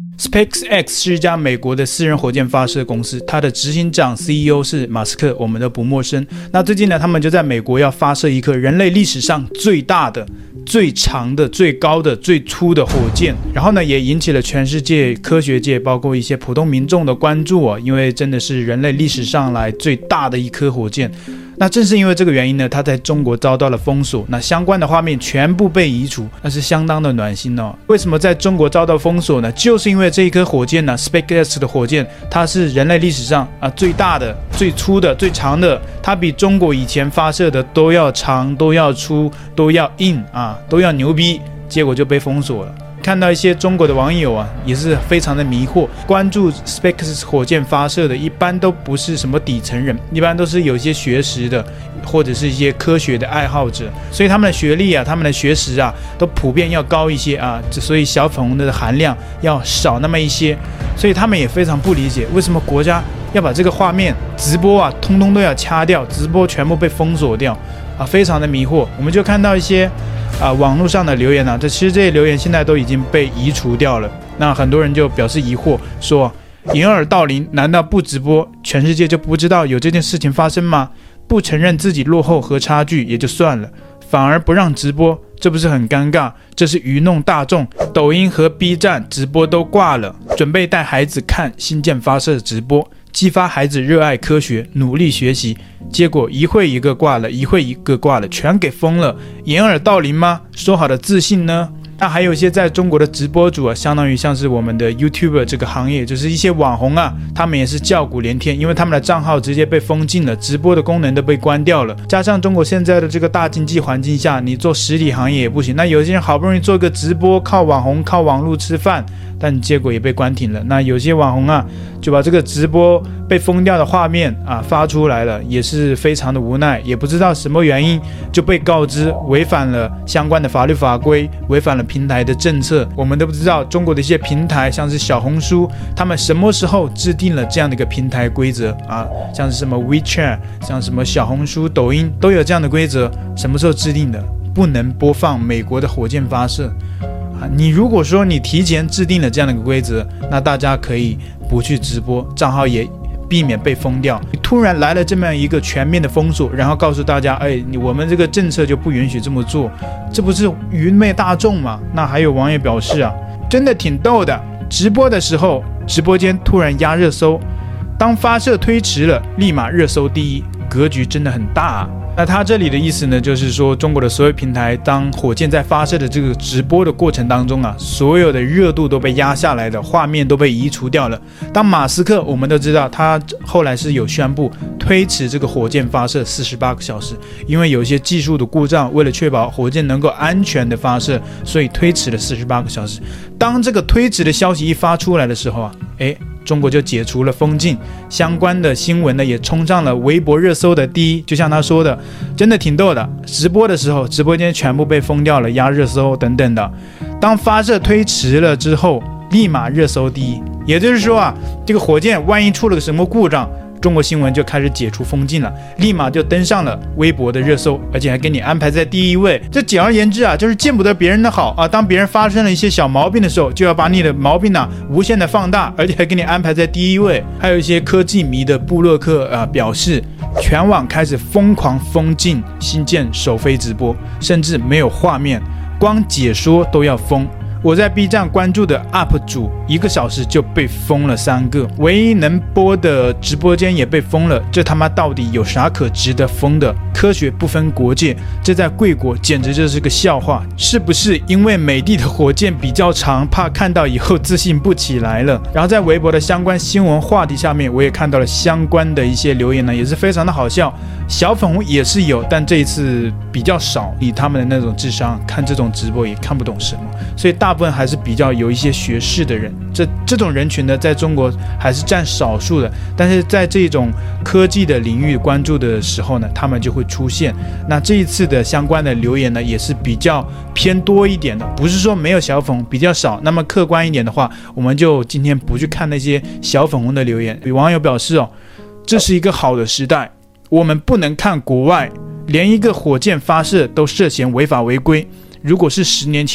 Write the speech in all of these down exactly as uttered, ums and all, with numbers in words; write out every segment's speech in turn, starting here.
SpaceX 是一家美国的私人火箭发射公司，它的执行长 C E O 是马斯克，我们都不陌生。那最近呢，他们就在美国要发射一颗人类历史上最大的、最长的、最高的、最粗的火箭，然后呢，也引起了全世界科学界，包括一些普通民众的关注啊，因为真的是人类历史上来最大的一颗火箭。那正是因为这个原因呢，它在中国遭到了封锁，那相关的画面全部被移除，那是相当的暖心哦。为什么在中国遭到封锁呢？就是因为这一颗火箭呢 ，SpaceX 的火箭，它是人类历史上啊最大的、最粗的、最长的，它比中国以前发射的都要长、都要粗、都要硬啊，都要牛逼，结果就被封锁了。看到一些中国的网友啊，也是非常的迷惑。关注 SpaceX 火箭发射的，一般都不是什么底层人，一般都是有一些学识的，或者是一些科学的爱好者，所以他们的学历啊，他们的学识啊，都普遍要高一些啊，所以小粉红的含量要少那么一些。所以他们也非常不理解，为什么国家要把这个画面直播啊，通通都要掐掉，直播全部被封锁掉啊，非常的迷惑。我们就看到一些。啊，网络上的留言啊，这其实这些留言现在都已经被移除掉了。那很多人就表示疑惑，说掩耳盗铃，难道不直播，全世界就不知道有这件事情发生吗？不承认自己落后和差距也就算了，反而不让直播，这不是很尴尬？这是愚弄大众。抖音和 B 站直播都挂了，准备带孩子看新舰发射直播，激发孩子热爱科学，努力学习，结果一会一个挂了，一会一个挂了，全给封了。掩耳盗铃吗？说好的自信呢？那还有一些在中国的直播主啊，相当于像是我们的 YouTuber 这个行业，就是一些网红啊，他们也是叫苦连天，因为他们的账号直接被封禁了，直播的功能都被关掉了。加上中国现在的这个大经济环境下，你做实体行业也不行。那有些人好不容易做个直播，靠网红、靠网络吃饭，但结果也被关停了。那有些网红啊，就把这个直播被封掉的画面啊发出来了，也是非常的无奈，也不知道什么原因就被告知违反了相关的法律法规，违反了平台的政策。我们都不知道中国的一些平台，像是小红书，他们什么时候制定了这样的一个平台规则啊？像是什么 WeChat， 像什么小红书、抖音都有这样的规则，什么时候制定的？不能播放美国的火箭发射啊！你如果说你提前制定了这样的一个规则，那大家可以不去直播，账号也避免被封掉。突然来了这么一个全面的封锁，然后告诉大家，哎，我们这个政策就不允许这么做，这不是愚昧大众吗？那还有网友表示啊，真的挺逗的。直播的时候，直播间突然压热搜，当发射推迟了，立马热搜第一，格局真的很大啊。那他这里的意思呢，就是说中国的所有平台，当火箭在发射的这个直播的过程当中啊，所有的热度都被压下来的，画面都被移除掉了。当马斯克，我们都知道他后来是有宣布推迟这个火箭发射四十八个小时，因为有一些技术的故障，为了确保火箭能够安全的发射，所以推迟了四十八个小时。当这个推迟的消息一发出来的时候啊，诶中国就解除了封禁，相关的新闻呢也冲上了微博热搜的第一。就像他说的，真的挺逗的。直播的时候，直播间全部被封掉了，压热搜等等的。当发射推迟了之后，立马热搜第一。也就是说啊，这个火箭万一出了个什么故障，中国新闻就开始解除封禁了，立马就登上了微博的热搜，而且还给你安排在第一位。这简而言之啊，就是见不得别人的好啊。当别人发生了一些小毛病的时候，就要把你的毛病呢、啊、无限的放大，而且还给你安排在第一位。还有一些科技迷的部落客啊表示，全网开始疯狂封禁新舰首飞直播，甚至没有画面，光解说都要封。我在 B 站关注的 U P 主一个小时就被封了三个，唯一能播的直播间也被封了，这他妈到底有啥可值得封的？科学不分国界，这在贵国简直就是个笑话。是不是因为美帝的火箭比较长，怕看到以后自信不起来了？然后在微博的相关新闻话题下面，我也看到了相关的一些留言呢，也是非常的好笑。小粉红也是有，但这一次比较少，以他们的那种智商，看这种直播也看不懂什么，所以大部分还是比较有一些学识的人。这这种人群呢，在中国还是占少数的，但是在这种科技的领域关注的时候呢，他们就会出现。那这一次的相关的留言呢，也是比较偏多一点的，不是说没有小粉红，比较少。那么客观一点的话，我们就今天不去看那些小粉红的留言。有网友表示哦，这是一个好的时代，我们不能看国外，连一个火箭发射都涉嫌违法违规。如果是十年前，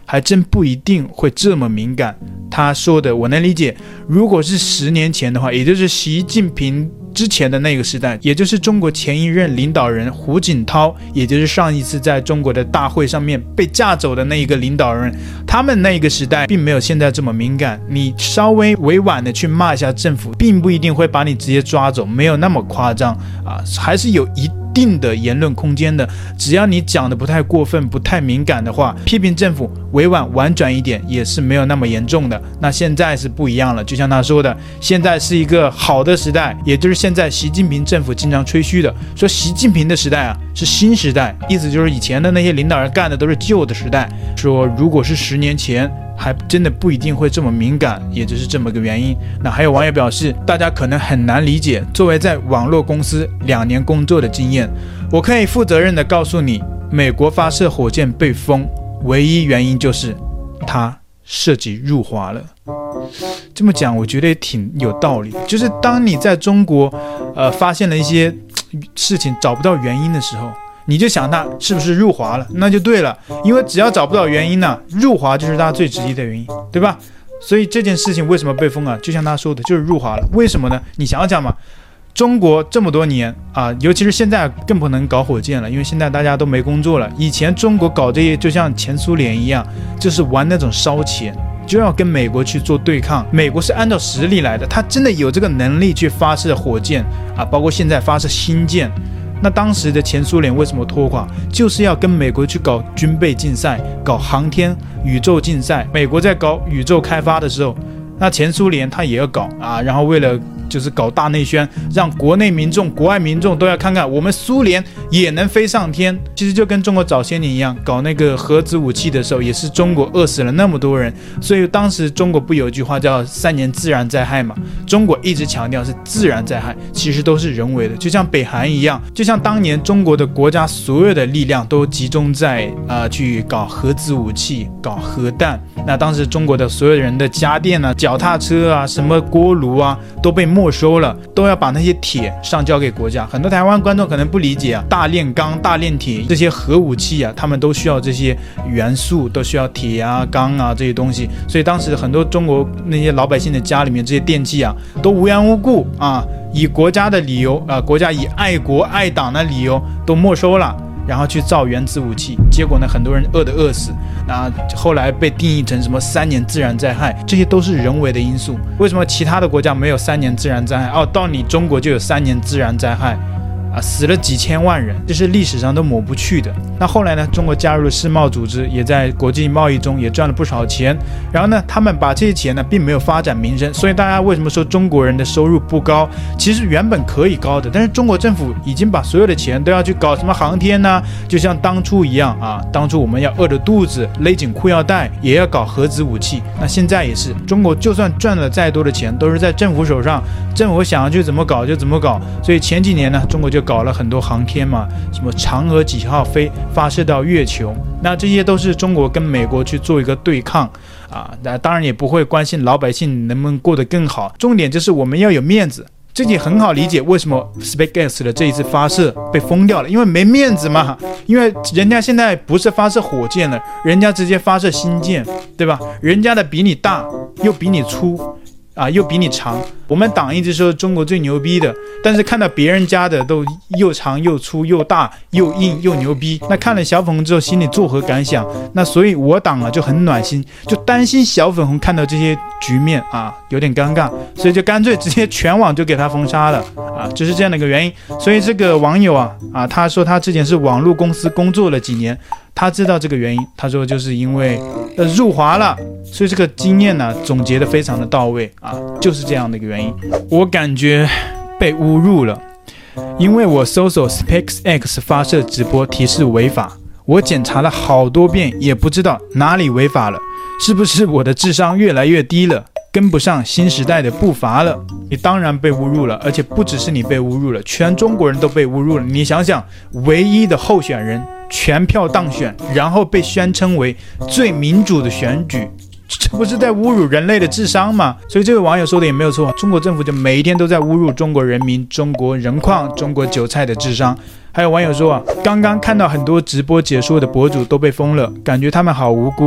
还真不一定会这么敏感。他说的我能理解，如果是十年前的话，也就是习近平之前的那个时代，也就是中国前一任领导人胡锦涛，也就是上一次在中国的大会上面被架走的那一个领导人，他们那个时代并没有现在这么敏感，你稍微委婉的去骂一下政府，并不一定会把你直接抓走，没有那么夸张啊，还是有一定的言论空间的，只要你讲的不太过分，不太敏感的话，批评政府委婉婉转一点也是没有那么严重的。那现在是不一样了，就像他说的，现在是一个好的时代，也就是现在习近平政府经常吹嘘的，说习近平的时代啊是新时代，意思就是以前的那些领导人干的都是旧的时代，说如果是十年前还真的不一定会这么敏感，也就是这么个原因。那还有网友表示，大家可能很难理解，作为在网络公司两年工作的经验，我可以负责任的告诉你，美国发射火箭被封，唯一原因就是它涉及入华了。这么讲我觉得也挺有道理，就是当你在中国呃发现了一些事情找不到原因的时候，你就想它是不是入华了，那就对了，因为只要找不到原因呢、啊，入华就是它最直接的原因，对吧？所以这件事情为什么被封啊？就像他说的，就是入华了。为什么呢？你想想嘛，中国这么多年啊，尤其是现在更不能搞火箭了，因为现在大家都没工作了。以前中国搞这些就像前苏联一样，就是玩那种烧钱，就要跟美国去做对抗。美国是按照实力来的，他真的有这个能力去发射火箭啊，包括现在发射星舰。那当时的前苏联为什么拖垮？就是要跟美国去搞军备竞赛，搞航天宇宙竞赛。美国在搞宇宙开发的时候，那前苏联他也要搞啊，然后为了就是搞大内宣，让国内民众、国外民众都要看看我们苏联也能飞上天。其实就跟中国早些年一样，搞那个核子武器的时候，也是中国饿死了那么多人。所以当时中国不有一句话叫三年自然灾害嘛？中国一直强调是自然灾害，其实都是人为的，就像北韩一样，就像当年中国的国家所有的力量都集中在呃去搞核子武器、搞核弹。那当时中国的所有人的家电啊、脚踏车啊、什么锅炉啊都被没收了，都要把那些铁上交给国家。很多台湾观众可能不理解啊，大炼钢、大炼铁这些核武器啊，他们都需要这些元素，都需要铁啊、钢啊这些东西。所以当时很多中国那些老百姓的家里面这些电器啊，都无缘无故啊，以国家的理由啊，国家以爱国爱党的理由都没收了。然后去造原子武器，结果呢，很多人饿得饿死。那后来被定义成什么三年自然灾害，这些都是人为的因素。为什么其他的国家没有三年自然灾害？哦，到你中国就有三年自然灾害。啊，死了几千万人，这是历史上都抹不去的。那后来呢，中国加入了世贸组织，也在国际贸易中也赚了不少钱。然后呢，他们把这些钱呢，并没有发展民生。所以大家为什么说中国人的收入不高？其实原本可以高的，但是中国政府已经把所有的钱都要去搞什么航天呢、啊？就像当初一样啊，当初我们要饿着肚子勒紧裤腰带，也要搞核子武器。那现在也是，中国就算赚了再多的钱，都是在政府手上，政府想要去怎么搞就怎么搞。所以前几年呢，中国就搞了很多航天嘛，什么嫦娥几号飞发射到月球，那这些都是中国跟美国去做一个对抗啊。那当然也不会关心老百姓能不能过得更好，重点就是我们要有面子。这也很好理解为什么 SpaceX 的这一次发射被封掉了，因为没面子嘛。因为人家现在不是发射火箭了，人家直接发射星舰，对吧？人家的比你大，又比你粗。啊，又比你长。我们党一直说中国最牛逼的，但是看到别人家的都又长又粗又大又硬又牛逼，那看了小粉红之后心里作何感想？那所以我党啊就很暖心，就担心小粉红看到这些局面啊有点尴尬，所以就干脆直接全网就给他封杀了啊，就是这样的一个原因。所以这个网友啊啊，他说他之前是网络公司工作了几年。他知道这个原因，他说就是因为呃入华了，所以这个经验呢总结的非常的到位啊，就是这样的一个原因。我感觉被侮辱了，因为我搜索 SpaceX 发射直播提示违法，我检查了好多遍也不知道哪里违法了，是不是我的智商越来越低了？跟不上新时代的步伐了，你当然被侮辱了，而且不只是你被侮辱了，全中国人都被侮辱了。你想想，唯一的候选人全票当选，然后被宣称为最民主的选举，这不是在侮辱人类的智商吗？所以这位网友说的也没有错，中国政府就每一天都在侮辱中国人民、中国人矿、中国韭菜的智商。还有网友说啊，刚刚看到很多直播解说的博主都被封了，感觉他们好无辜。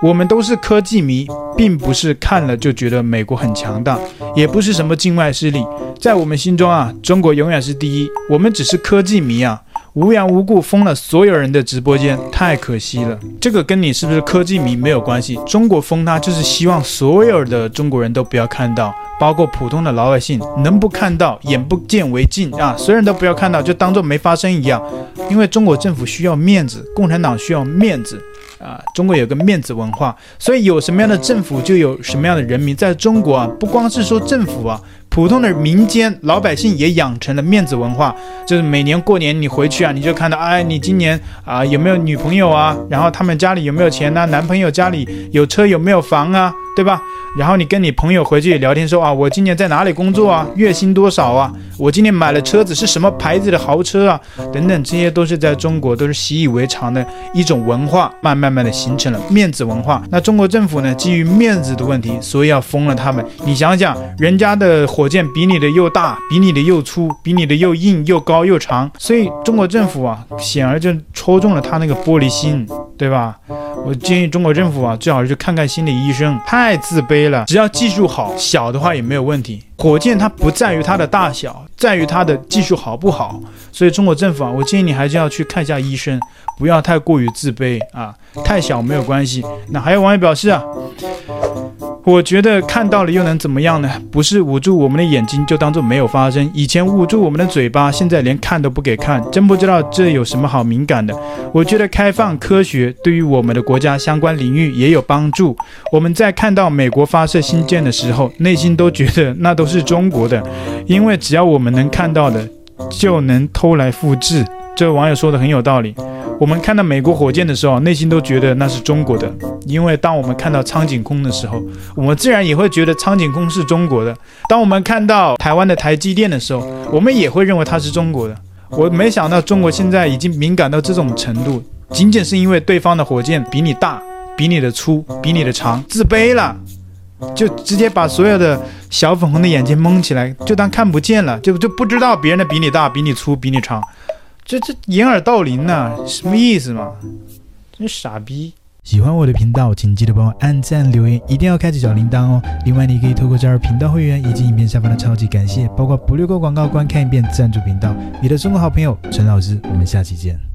我们都是科技迷，并不是看了就觉得美国很强大，也不是什么境外势力。在我们心中啊，中国永远是第一，我们只是科技迷啊。无缘无故封了所有人的直播间，太可惜了。这个跟你是不是科技迷没有关系，中国封它就是希望所有的中国人都不要看到，包括普通的老百姓能不看到，眼不见为净啊，所有人都不要看到，就当做没发生一样。因为中国政府需要面子，共产党需要面子啊，中国有个面子文化，所以有什么样的政府就有什么样的人民。在中国啊，不光是说政府啊，普通的民间老百姓也养成了面子文化，就是每年过年你回去啊，你就看到，哎，你今年啊有没有女朋友啊？然后他们家里有没有钱啊？男朋友家里有车有没有房啊？对吧？然后你跟你朋友回去聊天说啊，我今年在哪里工作啊？月薪多少啊？我今年买了车子是什么牌子的豪车啊？等等，这些都是在中国都是习以为常的一种文化，慢慢慢的形成了面子文化。那中国政府呢，基于面子的问题，所以要封了他们。你想想，人家的火箭比你的又大，比你的又粗，比你的又硬又高又长，所以中国政府啊，显而就戳中了他那个玻璃心，对吧？我建议中国政府啊，最好去看看心理医生，太自卑了。只要技术好，小的话也没有问题。火箭它不在于它的大小，在于它的技术好不好。所以中国政府啊，我建议你还是要去看一下医生，不要太过于自卑啊。太小没有关系。那还有网友表示啊，我觉得看到了又能怎么样呢？不是捂住我们的眼睛就当作没有发生，以前捂住我们的嘴巴，现在连看都不给看，真不知道这有什么好敏感的。我觉得开放科学对于我们的国家相关领域也有帮助。我们在看到美国发射星舰的时候，内心都觉得那都是中国的，因为只要我们能看到的，就能偷来复制。这位网友说的很有道理。我们看到美国火箭的时候，内心都觉得那是中国的，因为当我们看到苍井空的时候，我们自然也会觉得苍井空是中国的。当我们看到台湾的台积电的时候，我们也会认为它是中国的。我没想到中国现在已经敏感到这种程度，仅仅是因为对方的火箭比你大，比你的粗，比你的长，自卑了，就直接把所有的小粉红的眼睛蒙起来，就当看不见了，就就不知道别人的比你大，比你粗，比你长。这这掩耳盗铃呐、啊，什么意思嘛？真傻逼！喜欢我的频道，请记得帮我按赞、留言，一定要开启小铃铛哦。另外，你可以透过加入频道会员以及影片下方的超级感谢，包括不略过广告、观看一遍赞助频道。你的中国好朋友陈老师，我们下期见。